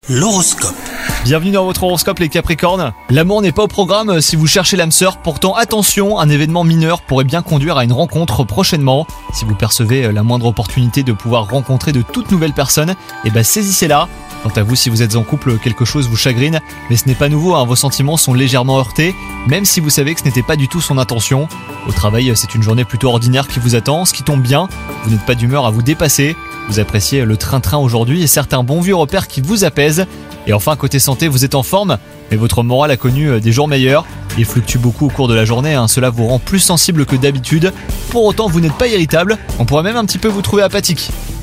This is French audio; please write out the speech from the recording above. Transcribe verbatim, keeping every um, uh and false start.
L'horoscope. Bienvenue dans votre horoscope les Capricornes. L'amour n'est pas au programme si vous cherchez l'âme sœur, pourtant attention, un événement mineur pourrait bien conduire à une rencontre prochainement. Si vous percevez la moindre opportunité de pouvoir rencontrer de toutes nouvelles personnes, eh ben saisissez-la. Quant à vous, si vous êtes en couple, quelque chose vous chagrine, mais ce n'est pas nouveau, hein, vos sentiments sont légèrement heurtés, même si vous savez que ce n'était pas du tout son intention. Au travail, c'est une journée plutôt ordinaire qui vous attend, ce qui tombe bien, vous n'êtes pas d'humeur à vous dépasser, vous appréciez le train-train aujourd'hui et certains bons vieux repères qui vous apaisent. Et enfin, côté santé, vous êtes en forme, mais votre morale a connu des jours meilleurs. Il fluctue beaucoup au cours de la journée, hein, cela vous rend plus sensible que d'habitude. Pour autant, vous n'êtes pas irritable, on pourrait même un petit peu vous trouver apathique.